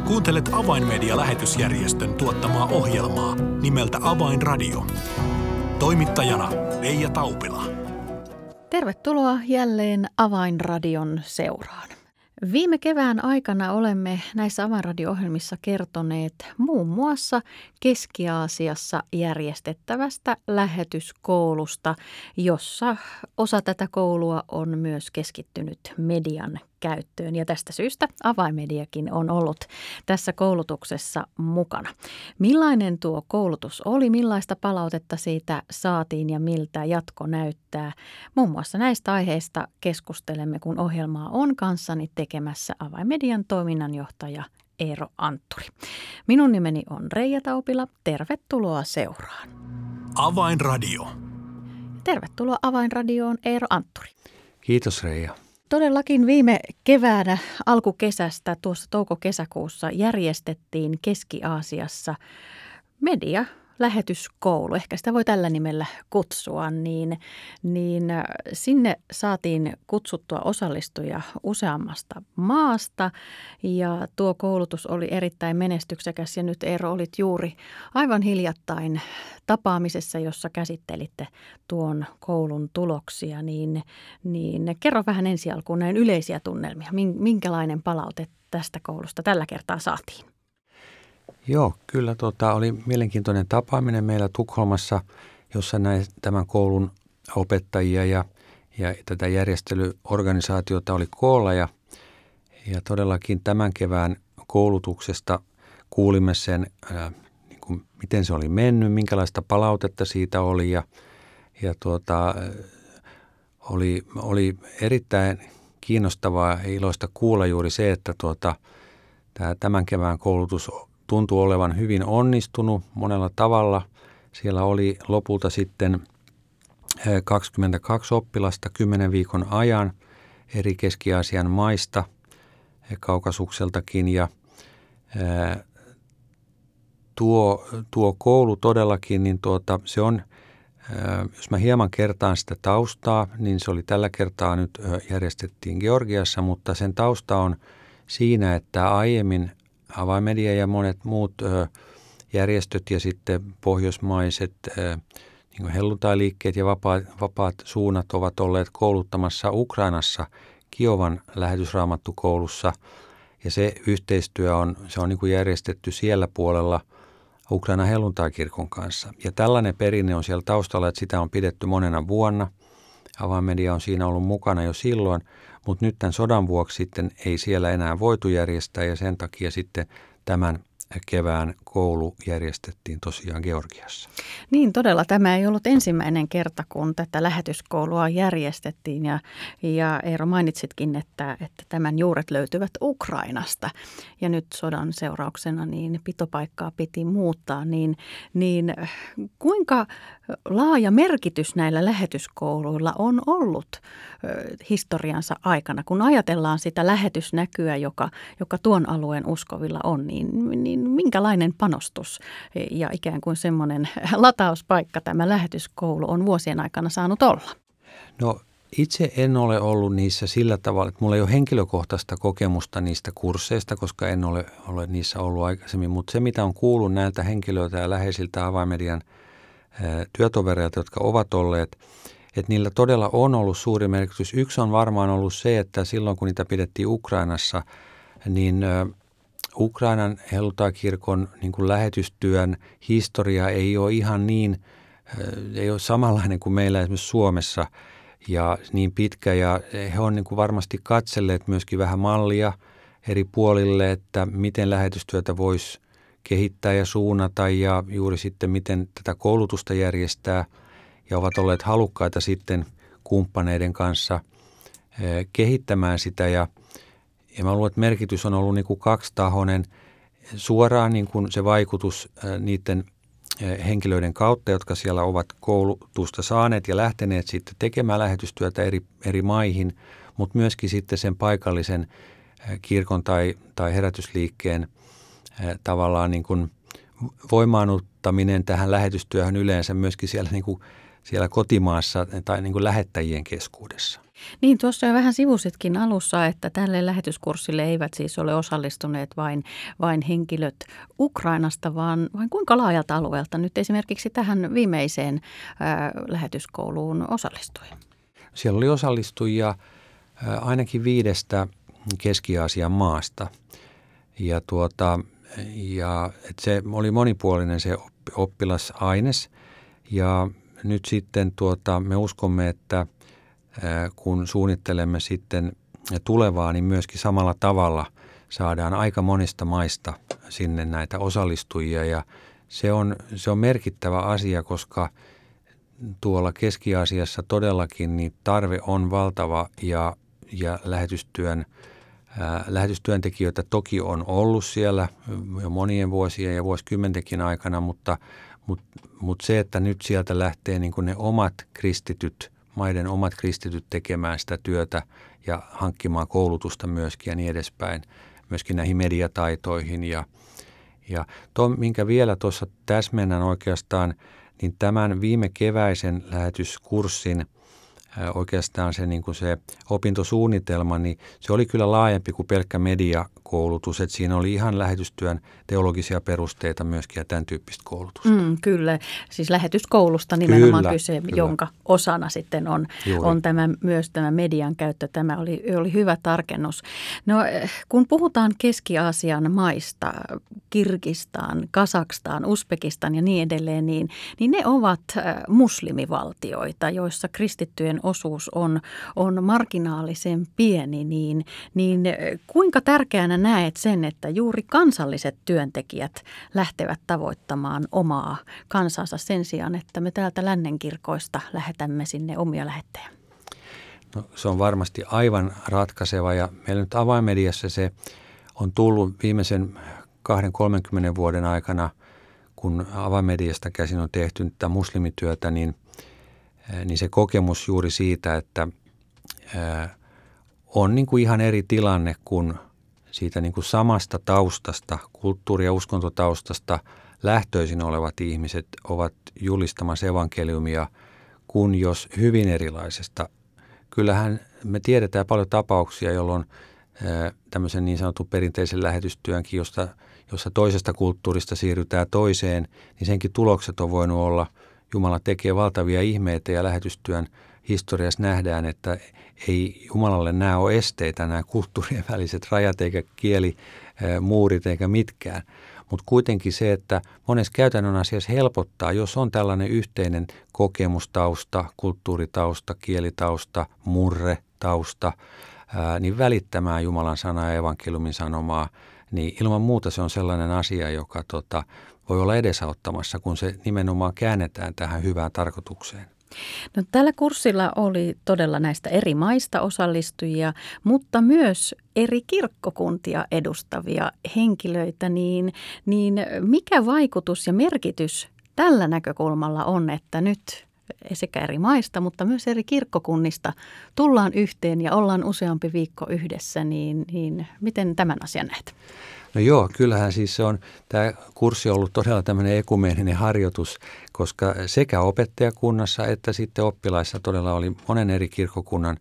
Kuuntelet Avainmedia-lähetysjärjestön tuottamaa ohjelmaa nimeltä Avainradio. Toimittajana Leija Taupila. Tervetuloa jälleen Avainradion seuraan. Viime kevään aikana olemme näissä Avainradio-ohjelmissa kertoneet muun muassa Keski-Aasiassa järjestettävästä lähetyskoulusta, jossa osa tätä koulua on myös keskittynyt median käyttöön. Ja tästä syystä Avainmediakin on ollut tässä koulutuksessa mukana. Millainen tuo koulutus oli, millaista palautetta siitä saatiin ja miltä jatko näyttää? Muun muassa näistä aiheista keskustelemme, kun ohjelmaa on kanssani tekemässä Avainmedian toiminnanjohtaja Eero Antturi. Minun nimeni on Leija Taupila. Tervetuloa seuraan. Avainradio. Tervetuloa Avainradioon, Eero Antturi. Kiitos, Leija. Todellakin viime keväänä alkukesästä, tuossa touko-kesäkuussa järjestettiin Keski-Aasiassa media-lähetyskoulu, ehkä sitä voi tällä nimellä kutsua, niin sinne saatiin kutsuttua osallistujia useammasta maasta ja tuo koulutus oli erittäin menestyksekäs ja nyt Eero olit juuri aivan hiljattain tapaamisessa, jossa käsittelitte tuon koulun tuloksia, niin kerro vähän ensi alkuun näin yleisiä tunnelmia. Minkälainen palaute tästä koulusta tällä kertaa saatiin? Joo, kyllä oli mielenkiintoinen tapaaminen meillä Tukholmassa, jossa tämän koulun opettajia ja tätä järjestelyorganisaatiota oli koolla ja todellakin tämän kevään koulutuksesta kuulimme sen, miten se oli mennyt, minkälaista palautetta siitä oli ja oli erittäin kiinnostavaa ja iloista kuulla juuri se, että tämän kevään koulutus tuntuu olevan hyvin onnistunut monella tavalla. Siellä oli lopulta sitten 22 oppilasta 10 viikon ajan eri Keski-Aasian maista, Kaukasukseltakin ja tuo koulu todellakin, niin se on, jos mä hieman kertaan sitä taustaa, niin se oli tällä kertaa nyt järjestettiin Georgiassa, mutta sen tausta on siinä, että aiemmin Avainmedia ja monet muut järjestöt ja sitten pohjoismaiset niin kuin helluntailiikkeet ja vapaat suunnat ovat olleet kouluttamassa Ukrainassa Kiovan lähetysraamattukoulussa ja se yhteistyö on niin kuin järjestetty siellä puolella Ukrainan helluntaikirkon kanssa. Ja tällainen perinne on siellä taustalla, että sitä on pidetty monena vuonna. Avainmedia on siinä ollut mukana jo silloin, mutta nyt tämän sodan vuoksi sitten ei siellä enää voitu järjestää ja sen takia sitten tämän kevään koulu järjestettiin tosiaan Georgiassa. Niin todella, tämä ei ollut ensimmäinen kerta, kun tätä lähetyskoulua järjestettiin ja Eero mainitsitkin, että tämän juuret löytyvät Ukrainasta ja nyt sodan seurauksena niin pitopaikkaa piti muuttaa, niin kuinka laaja merkitys näillä lähetyskouluilla on ollut historiansa aikana, kun ajatellaan sitä lähetysnäkyä, joka tuon alueen uskovilla on, niin minkälainen panostus ja ikään kuin semmoinen latauspaikka tämä lähetyskoulu on vuosien aikana saanut olla? No itse en ole ollut niissä sillä tavalla, että mulla ei ole henkilökohtaista kokemusta niistä kursseista, koska en ole niissä ollut aikaisemmin, mutta se mitä on kuullut näiltä henkilöiltä ja läheisiltä Avainmedian työtovereilta, jotka ovat olleet, että niillä todella on ollut suuri merkitys. Yksi on varmaan ollut se, että silloin kun niitä pidettiin Ukrainassa, niin Ukrainan helluntaikirkon niin kuin lähetystyön historia ei ole ihan niin, ei ole samanlainen kuin meillä esimerkiksi Suomessa ja niin pitkä. Ja he on niin kuin varmasti katselleet myöskin vähän mallia eri puolille, että miten lähetystyötä voisi kehittää ja suunnata ja juuri sitten miten tätä koulutusta järjestää ja ovat olleet halukkaita sitten kumppaneiden kanssa kehittämään sitä ja mä luulen, että merkitys on ollut niin kuin kaksitahoinen suoraan niin kuin se vaikutus niiden henkilöiden kautta, jotka siellä ovat koulutusta saaneet ja lähteneet sitten tekemään lähetystyötä eri maihin, mutta myöskin sitten sen paikallisen kirkon tai herätysliikkeen tavallaan niin kuin voimaannuttaminen tähän lähetystyöhön yleensä myöskin siellä, niin kuin siellä kotimaassa tai niin kuin lähettäjien keskuudessa. Niin, tuossa jo vähän sivusitkin alussa, että tälle lähetyskurssille eivät siis ole osallistuneet vain henkilöt Ukrainasta, vaan kuinka laajalta alueelta nyt esimerkiksi tähän viimeiseen lähetyskouluun osallistui? Siellä oli osallistujia ainakin 5 Keski-Aasian maasta. Ja se oli monipuolinen se oppilasaines. Ja nyt sitten me uskomme, että kun suunnittelemme sitten tulevaa, niin myöskin samalla tavalla saadaan aika monista maista sinne näitä osallistujia. Ja se on merkittävä asia, koska tuolla Keski-Aasiassa todellakin niin tarve on valtava ja lähetystyöntekijöitä toki on ollut siellä jo monien vuosien ja vuosikymmentenkin aikana, mutta se, että nyt sieltä lähtee niin kuin ne maiden omat kristityt tekemään sitä työtä ja hankkimaan koulutusta myöskin ja niin edespäin, myöskin näihin mediataitoihin. Ja minkä vielä tuossa täsmennän oikeastaan, niin tämän viime keväisen lähetyskurssin oikeastaan se, niin kuin se opintosuunnitelma, niin se oli kyllä laajempi kuin pelkkä mediakoulutus, että siinä oli ihan lähetystyön teologisia perusteita myöskin ja tämän tyyppistä koulutusta. Kyllä, siis lähetyskoulusta nimenomaan kyse, kyllä. Jonka osana sitten on myös tämä median käyttö. Tämä oli hyvä tarkennus. No, kun puhutaan Keski-Aasian maista, Kirgistan, Kazakstan, Uzbekistan ja niin edelleen, niin ne ovat muslimivaltioita, joissa kristittyjen osuus on marginaalisen pieni, niin kuinka tärkeänä näet sen, että juuri kansalliset työntekijät lähtevät tavoittamaan omaa kansansa sen sijaan, että me täältä lännenkirkoista lähetämme sinne omia lähettejä? No, se on varmasti aivan ratkaiseva ja meillä nyt avainmediassa se on tullut viimeisen 20-30 vuoden aikana, kun avainmediasta käsin on tehty tätä muslimityötä, niin se kokemus juuri siitä, että on niin kuin ihan eri tilanne, kun siitä niin kuin samasta taustasta, kulttuuri- ja uskontotaustasta lähtöisin olevat ihmiset ovat julistamassa evankeliumia, kun jos hyvin erilaisesta. Kyllähän me tiedetään paljon tapauksia, jolloin tämmöisen niin sanotun perinteisen lähetystyönkin, jossa toisesta kulttuurista siirrytään toiseen, niin senkin tulokset on voinut olla, Jumala tekee valtavia ihmeitä ja lähetystyön historiassa nähdään, että ei Jumalalle nämä ole esteitä, nämä kulttuurien väliset rajat eikä kielimuurit eikä mitkään. Mutta kuitenkin se, että monessa käytännön asiassa helpottaa, jos on tällainen yhteinen kokemustausta, kulttuuritausta, kielitausta, murretausta, niin välittämään Jumalan sanaa ja evankeliumin sanomaa, niin ilman muuta se on sellainen asia, joka voi olla edesauttamassa, kun se nimenomaan käännetään tähän hyvään tarkoitukseen. No, tällä kurssilla oli todella näistä eri maista osallistujia, mutta myös eri kirkkokuntia edustavia henkilöitä, niin mikä vaikutus ja merkitys tällä näkökulmalla on, että nyt sekä eri maista, mutta myös eri kirkkokunnista tullaan yhteen ja ollaan useampi viikko yhdessä, niin miten tämän asian näet? No joo, kyllähän siis tämä kurssi on ollut todella tämmöinen ekumeeninen harjoitus, koska sekä opettajakunnassa että sitten oppilaissa todella oli monen eri kirkkokunnan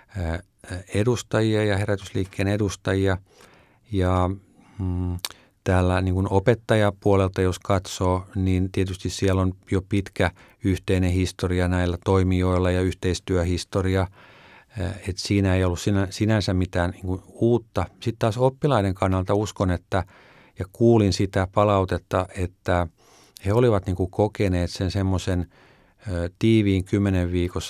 edustajia ja herätysliikkeen edustajia. Ja täällä niin kuin opettajapuolelta, jos katsoo, niin tietysti siellä on jo pitkä yhteinen historia näillä toimijoilla ja yhteistyöhistoria. Että siinä ei ollut sinänsä mitään niin kuin uutta. Sitten taas oppilaiden kannalta uskon, että ja kuulin sitä palautetta, että he olivat niin kuin kokeneet sen semmoisen tiiviin 10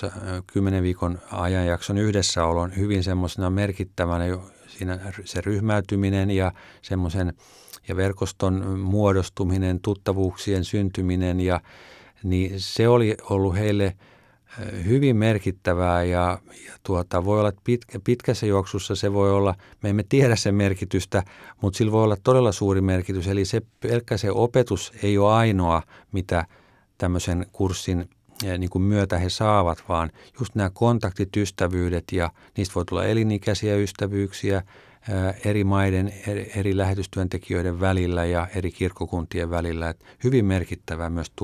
viikon ajanjakson yhdessäolon hyvin semmoisena merkittävänä jo siinä se ryhmäytyminen ja semmoisen ja verkoston muodostuminen, tuttavuuksien syntyminen niin se oli ollut heille hyvin merkittävää ja voi olla, että pitkässä juoksussa se voi olla, me emme tiedä sen merkitystä, mutta sillä voi olla todella suuri merkitys. Eli pelkkä se opetus ei ole ainoa, mitä tämmöisen kurssin niin kuin myötä he saavat, vaan just nämä kontaktit, ystävyydet ja niistä voi tulla elinikäisiä ystävyyksiä eri maiden, eri lähetystyöntekijöiden välillä ja eri kirkkokuntien välillä. Että hyvin merkittävää myös tuo.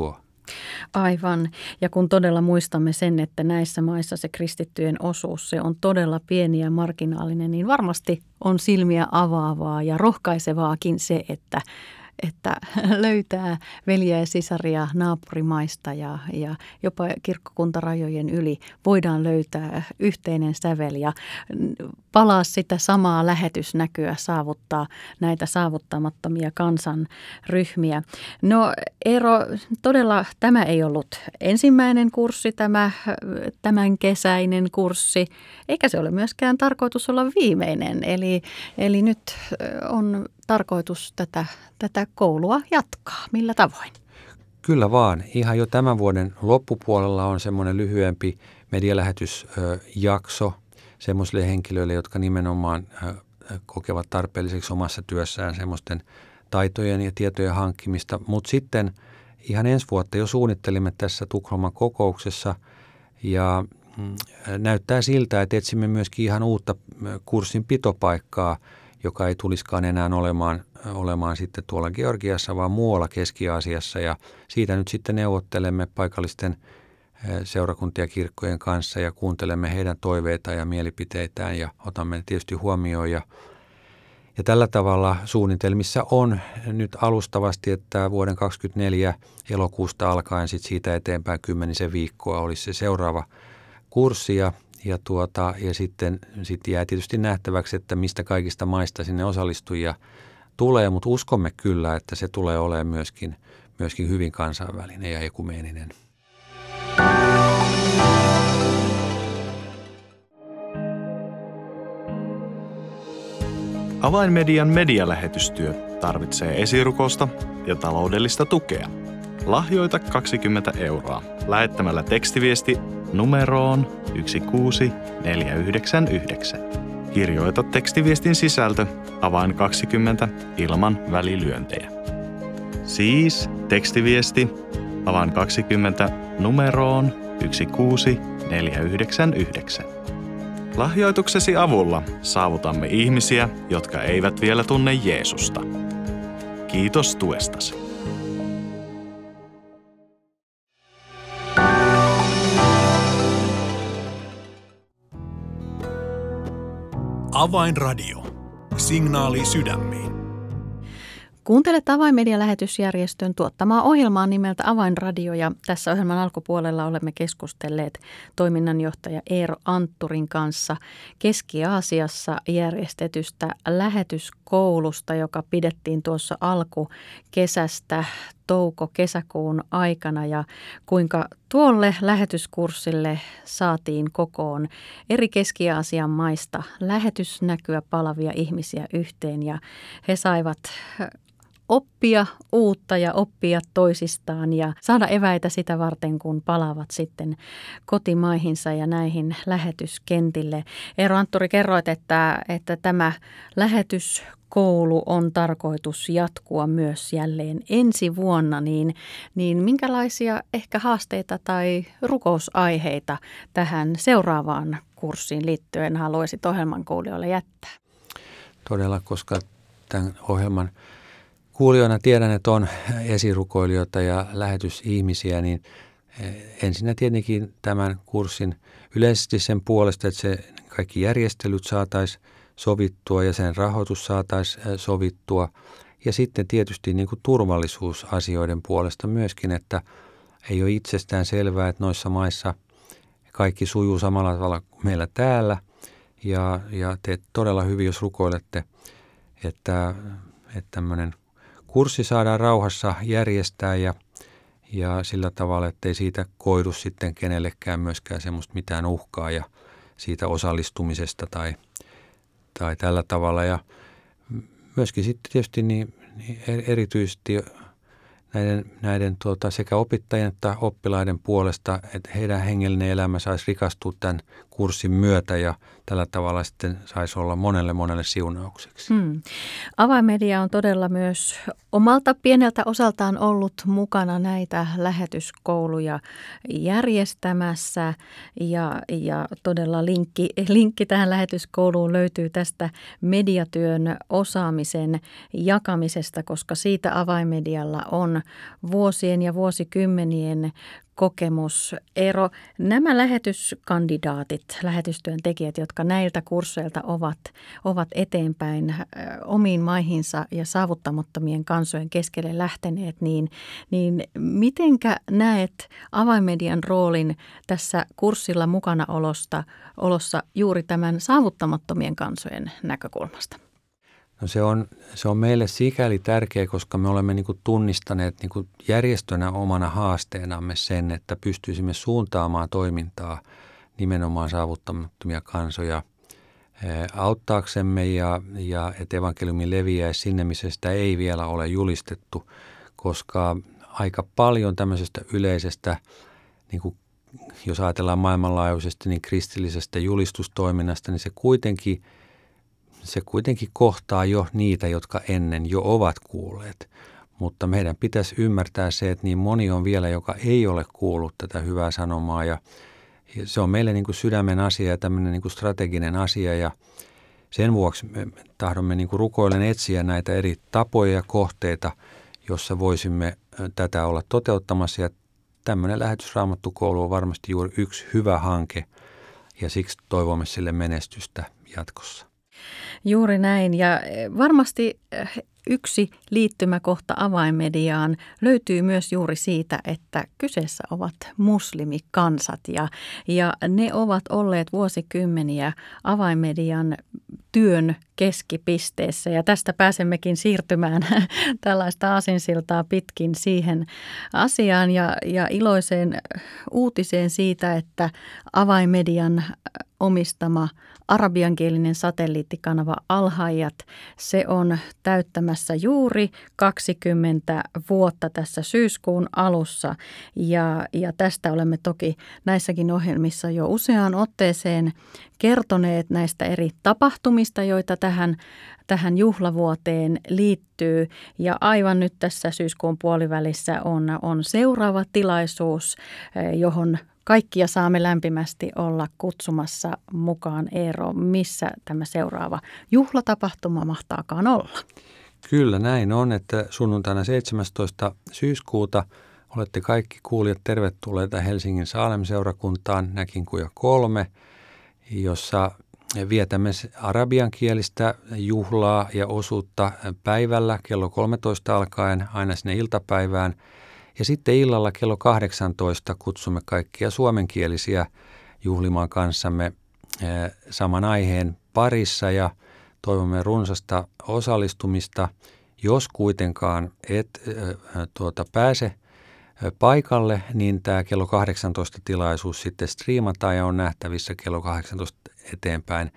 Aivan. Ja kun todella muistamme sen, että näissä maissa se kristittyjen osuus, se on todella pieni ja marginaalinen, niin varmasti on silmiä avaavaa ja rohkaisevaakin se, että löytää veljiä ja sisaria naapurimaista ja jopa kirkkokuntarajojen yli voidaan löytää yhteinen sävel ja palaa sitä samaa lähetysnäkyä, saavuttaa näitä saavuttamattomia kansanryhmiä. No Eero, todella tämä ei ollut ensimmäinen kurssi, tämän kesäinen kurssi, eikä se ole myöskään tarkoitus olla viimeinen. Eli nyt on tarkoitus tätä koulua jatkaa. Millä tavoin? Kyllä vaan. Ihan jo tämän vuoden loppupuolella on semmoinen lyhyempi medialähetysjakso semmoisille henkilöille, jotka nimenomaan kokevat tarpeelliseksi omassa työssään semmoisten taitojen ja tietojen hankkimista. Mutta sitten ihan ensi vuotta jo suunnittelimme tässä Tukholman kokouksessa ja näyttää siltä, että etsimme myöskin ihan uutta kurssin pitopaikkaa, joka ei tulisikaan enää olemaan sitten tuolla Georgiassa, vaan muualla Keski-Aasiassa. Ja siitä nyt sitten neuvottelemme paikallisten seurakuntien ja kirkkojen kanssa ja kuuntelemme heidän toiveitaan ja mielipiteitään ja otamme ne tietysti huomioon. Ja tällä tavalla suunnitelmissa on nyt alustavasti, että vuoden 2024 elokuusta alkaen sit siitä eteenpäin 10 viikkoa olisi se seuraava kurssi ja sitten jää tietysti nähtäväksi, että mistä kaikista maista sinne osallistujia tulee, mutta uskomme kyllä, että se tulee olemaan myöskin hyvin kansainvälinen ja ekumeeninen. Avainmedian medialähetystyö tarvitsee esirukousta ja taloudellista tukea. Lahjoita 20 € lähettämällä tekstiviesti numeroon 16499. Kirjoita tekstiviestin sisältö avain 20 ilman välilyöntejä. Siis tekstiviesti avain 20 numeroon 16499. Lahjoituksesi avulla saavutamme ihmisiä, jotka eivät vielä tunne Jeesusta. Kiitos tuestasi. Avainradio. Signaali sydämiin. Kuuntelet Avainmedia-lähetysjärjestön tuottamaa ohjelmaa nimeltä Avainradio ja tässä ohjelman alkupuolella olemme keskustelleet toiminnanjohtaja Eero Antturin kanssa Keski-Aasiassa järjestetystä lähetyskoulusta, joka pidettiin tuossa alkukesästä touko-kesäkuun aikana ja kuinka tuolle lähetyskurssille saatiin kokoon eri Keski-Aasian maista lähetysnäkyä palavia ihmisiä yhteen ja he saivat oppia uutta ja oppia toisistaan ja saada eväitä sitä varten, kun palaavat sitten kotimaihinsa ja näihin lähetyskentille. Eero Antturi, kerroit, että tämä lähetyskoulu on tarkoitus jatkua myös jälleen ensi vuonna, niin minkälaisia ehkä haasteita tai rukousaiheita tähän seuraavaan kurssiin liittyen haluaisit ohjelman kuulijoille jättää? Todella, koska tämän ohjelman kuulijoina tiedän, että on esirukoilijoita ja lähetysihmisiä, niin ensinnä tietenkin tämän kurssin yleisesti sen puolesta, että se kaikki järjestelyt saataisiin sovittua ja sen rahoitus saataisiin sovittua. Ja sitten tietysti niin kuin turvallisuusasioiden puolesta myöskin, että ei ole itsestään selvää, että noissa maissa kaikki sujuu samalla tavalla kuin meillä täällä. Ja te todella hyvin, jos rukoilette, että tämmöinen kurssi saadaan rauhassa järjestää ja sillä tavalla, ettei siitä koidu sitten kenellekään myöskään semmoista mitään uhkaa ja siitä osallistumisesta tai tällä tavalla. Ja myöskin sitten tietysti niin erityisesti näiden sekä opettajien että oppilaiden puolesta, että heidän hengellinen elämä saisi rikastua tämän kurssin myötä ja tällä tavalla sitten saisi olla monelle siunaukseksi. Avainmedia on todella myös omalta pieneltä osaltaan ollut mukana näitä lähetyskouluja järjestämässä ja todella linkki tähän lähetyskouluun löytyy tästä mediatyön osaamisen jakamisesta, koska siitä Avainmedialla on on vuosien ja vuosikymmenien kokemus. Eero, nämä lähetyskandidaatit, lähetystyön tekijät, jotka näiltä kursseilta ovat eteenpäin omiin maihinsa ja saavuttamattomien kansojen keskelle lähteneet, niin mitenkä näet avainmedian roolin tässä kurssilla mukana olossa juuri tämän saavuttamattomien kansojen näkökulmasta? No se on meille sikäli tärkeä, koska me olemme niin kuin tunnistaneet niin kuin järjestönä omana haasteenamme sen, että pystyisimme suuntaamaan toimintaa nimenomaan saavuttamattomia kansoja auttaaksemme ja että evankeliumi leviäisi sinne, missä sitä ei vielä ole julistettu, koska aika paljon tämmöisestä yleisestä, niin kuin jos ajatellaan maailmanlaajuisesti, niin kristillisestä julistustoiminnasta, niin se kuitenkin kohtaa jo niitä, jotka ennen jo ovat kuulleet. Mutta meidän pitäisi ymmärtää se, että niin moni on vielä, joka ei ole kuullut tätä hyvää sanomaa. Ja se on meille niin kuin sydämen asia ja tämmöinen niin kuin strateginen asia. Ja sen vuoksi me tahdomme niin kuin rukoillen etsiä näitä eri tapoja ja kohteita, jossa voisimme tätä olla toteuttamassa. Ja tämmöinen lähetysraamattukoulu on varmasti juuri yksi hyvä hanke ja siksi toivomme sille menestystä jatkossa. Juuri näin, ja varmasti yksi liittymäkohta avainmediaan löytyy myös juuri siitä, että kyseessä ovat muslimikansat ja ne ovat olleet vuosikymmeniä avainmedian työn keskipisteessä ja tästä pääsemmekin siirtymään tällaista aasinsiltaa pitkin siihen asiaan ja iloiseen uutiseen siitä, että avainmedian omistama arabiankielinen satelliittikanava Al-Hayat, se on täyttämässä juuri 20 vuotta tässä syyskuun alussa ja tästä olemme toki näissäkin ohjelmissa jo useaan otteeseen kertoneet näistä eri tapahtumista, joita tähän juhlavuoteen liittyy ja aivan nyt tässä syyskuun puolivälissä on seuraava tilaisuus, johon kaikkia saamme lämpimästi olla kutsumassa mukaan. Eero, missä tämä seuraava juhlatapahtuma mahtaakaan olla? Kyllä näin on, että sunnuntaina 17. syyskuuta olette kaikki kuulijat tervetulleita Helsingin Saalem-seurakuntaan Näkinkuja 3, jossa vietämme arabiankielistä juhlaa ja osuutta päivällä kello 13 alkaen aina sinne iltapäivään. Ja sitten illalla kello 18 kutsumme kaikkia suomenkielisiä juhlimaan kanssamme saman aiheen parissa ja toivomme runsasta osallistumista. Jos kuitenkaan et pääse paikalle, niin tämä kello 18 tilaisuus sitten striimataan ja on nähtävissä kello 18 eteenpäin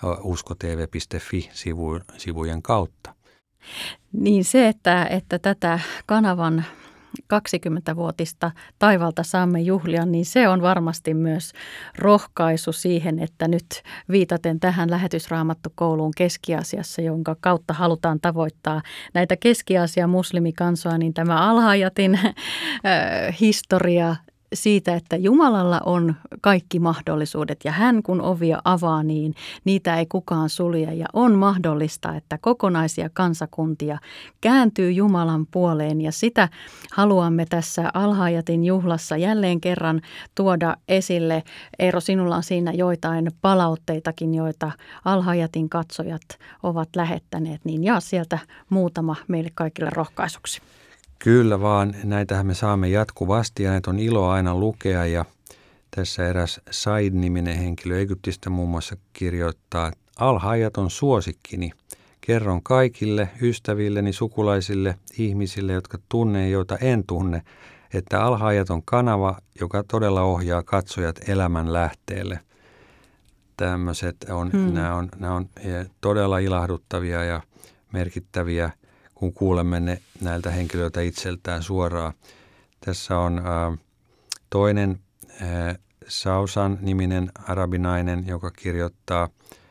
uskotv.fi-sivujen kautta. Niin se, että tätä kanavan 20-vuotista taivalta saamme juhlia, niin se on varmasti myös rohkaisu siihen, että nyt viitaten tähän lähetysraamattukouluun Keski-Aasiassa, jonka kautta halutaan tavoittaa näitä Keski-Aasian muslimikansoja, niin tämä Al-Hayatin historia siitä, että Jumalalla on kaikki mahdollisuudet ja hän kun ovia avaa, niin niitä ei kukaan sulje ja on mahdollista, että kokonaisia kansakuntia kääntyy Jumalan puoleen ja sitä haluamme tässä Al-Hayatin juhlassa jälleen kerran tuoda esille. Eero, sinulla on siinä joitain palautteitakin, joita Al-Hayatin katsojat ovat lähettäneet, niin jaa sieltä muutama meille kaikille rohkaisuksi. Kyllä vaan, näitähän me saamme jatkuvasti ja näitä on ilo aina lukea ja tässä eräs Said-niminen henkilö Egyptistä muun muassa kirjoittaa, Al-Hayat on suosikkini. Kerron kaikille ystävilleni, sukulaisille, ihmisille, jotka tunnen ja joita en tunne, että Al-Hayat on kanava, joka todella ohjaa katsojat elämän lähteelle. Tämmöiset nämä on todella ilahduttavia ja merkittäviä, kun kuulemme ne näiltä henkilöiltä itseltään suoraan. Tässä on toinen Sausan niminen arabinainen, joka kirjoittaa,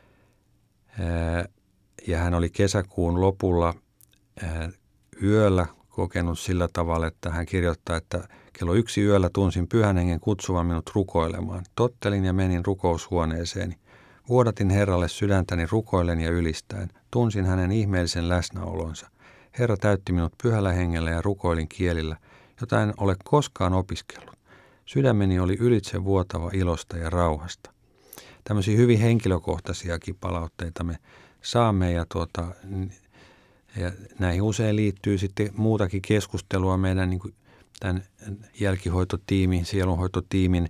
ja hän oli kesäkuun lopulla yöllä kokenut sillä tavalla, että hän kirjoittaa, että kello 1 yöllä tunsin Pyhän Hengen kutsuvan minut rukoilemaan. Tottelin ja menin rukoushuoneeseeni. Vuodatin Herralle sydäntäni rukoillen ja ylistäen. Tunsin hänen ihmeellisen läsnäolonsa. Herra täytti minut pyhällä hengellä ja rukoilin kielillä, jota en ole koskaan opiskellut. Sydämeni oli ylitse vuotava ilosta ja rauhasta. Tämmöisiä hyvin henkilökohtaisiakin palautteita me saamme ja näihin usein liittyy sitten muutakin keskustelua meidän niin kuin tämän jälkihoitotiimin, sielunhoitotiimin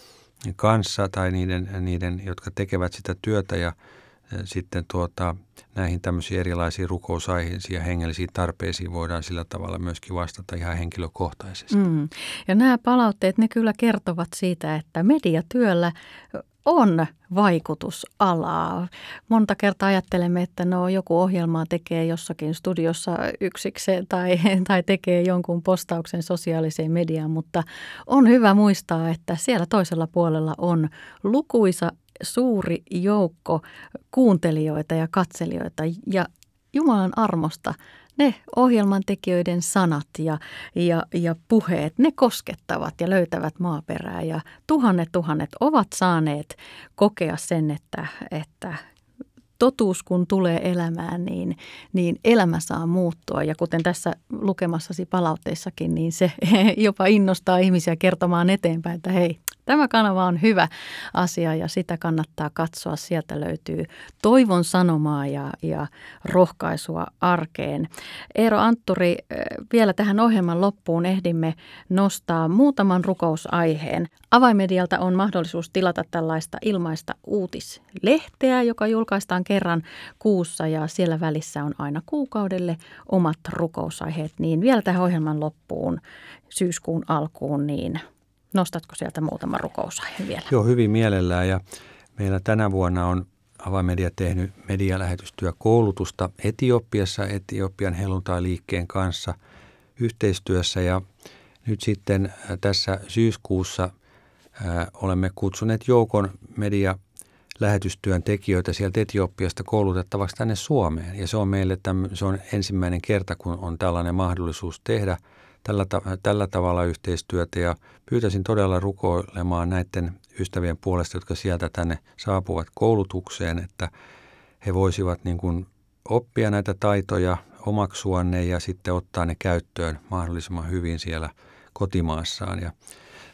kanssa tai niiden, jotka tekevät sitä työtä ja sitten näihin tämmöisiin erilaisiin rukousaiheisiin ja hengellisiin tarpeisiin voidaan sillä tavalla myöskin vastata ihan henkilökohtaisesti. Ja nämä palautteet, ne kyllä kertovat siitä, että mediatyöllä on vaikutusalaa. Monta kertaa ajattelemme, että joku ohjelmaa tekee jossakin studiossa yksikseen tai tekee jonkun postauksen sosiaaliseen mediaan, mutta on hyvä muistaa, että siellä toisella puolella on lukuisa suuri joukko kuuntelijoita ja katselijoita ja Jumalan armosta ne ohjelman tekijöiden sanat ja puheet, ne koskettavat ja löytävät maaperää ja tuhannet ovat saaneet kokea sen, että totuus kun tulee elämään, niin elämä saa muuttua. Ja kuten tässä lukemassasi palautteissakin, niin se jopa innostaa ihmisiä kertomaan eteenpäin, että hei, tämä kanava on hyvä asia ja sitä kannattaa katsoa. Sieltä löytyy toivon sanomaa ja rohkaisua arkeen. Eero Antturi, vielä tähän ohjelman loppuun ehdimme nostaa muutaman rukousaiheen. Avainmedialta on mahdollisuus tilata tällaista ilmaista uutislehteä, joka julkaistaan kerran kuussa ja siellä välissä on aina kuukaudelle omat rukousaiheet. Niin vielä tähän ohjelman loppuun, syyskuun alkuun, niin nostatko sieltä muutama rukousaiheen vielä? Joo, hyvin mielellään ja meillä tänä vuonna on Avainmedia tehnyt medialähetystyökoulutusta Etiopiassa, Etiopian helluntai-liikkeen kanssa yhteistyössä ja nyt sitten tässä syyskuussa olemme kutsuneet joukon medialähetystyön tekijöitä sieltä Etiopiasta koulutettavaksi tänne Suomeen ja se on meille se on ensimmäinen kerta, kun on tällainen mahdollisuus tehdä tällä tavalla yhteistyötä ja pyytäisin todella rukoilemaan näiden ystävien puolesta, jotka sieltä tänne saapuvat koulutukseen, että he voisivat niin kuin oppia näitä taitoja, omaksua ne ja sitten ottaa ne käyttöön mahdollisimman hyvin siellä kotimaassaan. Ja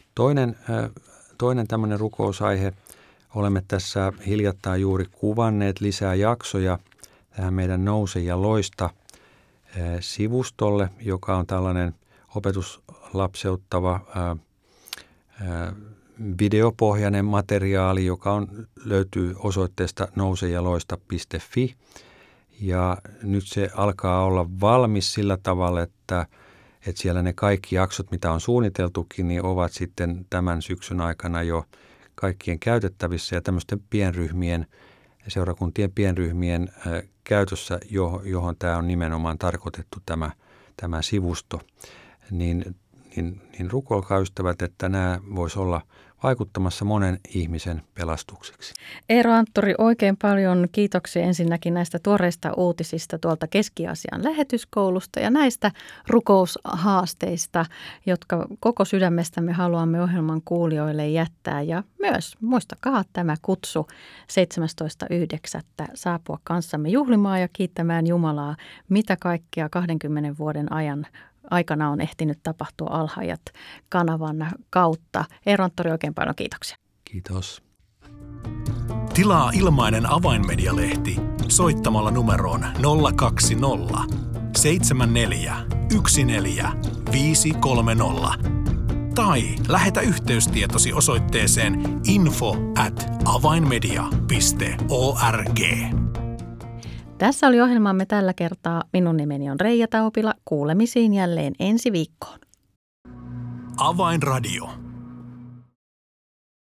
toinen tämmöinen rukousaihe, olemme tässä hiljattain juuri kuvanneet lisää jaksoja tähän meidän Nouse ja loista sivustolle, joka on tällainen opetuslapseuttava videopohjainen materiaali, joka löytyy osoitteesta nousejaloista.fi ja nyt se alkaa olla valmis sillä tavalla, että siellä ne kaikki jaksot, mitä on suunniteltukin, niin ovat sitten tämän syksyn aikana jo kaikkien käytettävissä ja tämmöisten seurakuntien pienryhmien käytössä, johon tämä on nimenomaan tarkoitettu tämä sivusto, niin rukoilkaa ystävät, että nämä voisi olla vaikuttamassa monen ihmisen pelastukseksi. Eero Antturi, oikein paljon kiitoksia ensinnäkin näistä tuoreista uutisista tuolta Keski-Aasian lähetyskoulusta ja näistä rukoushaasteista, jotka koko sydämestämme haluamme ohjelman kuulijoille jättää. Ja myös muistakaa tämä kutsu 17.9. saapua kanssamme juhlimaan ja kiittämään Jumalaa, mitä kaikkea 20 vuoden aikana on ehtinyt tapahtua Alhaajat kanavan kautta. Eero Antturi, oikein paljon kiitoksia. Kiitos. Tilaa ilmainen Avainmedia-lehti soittamalla numeroon 020 74 14 530 tai lähetä yhteystietosi osoitteeseen info@avainmedia.org. Tässä oli ohjelmamme tällä kertaa. Minun nimeni on Reija Taupila. Kuulemisiin jälleen ensi viikkoon. Avainradio.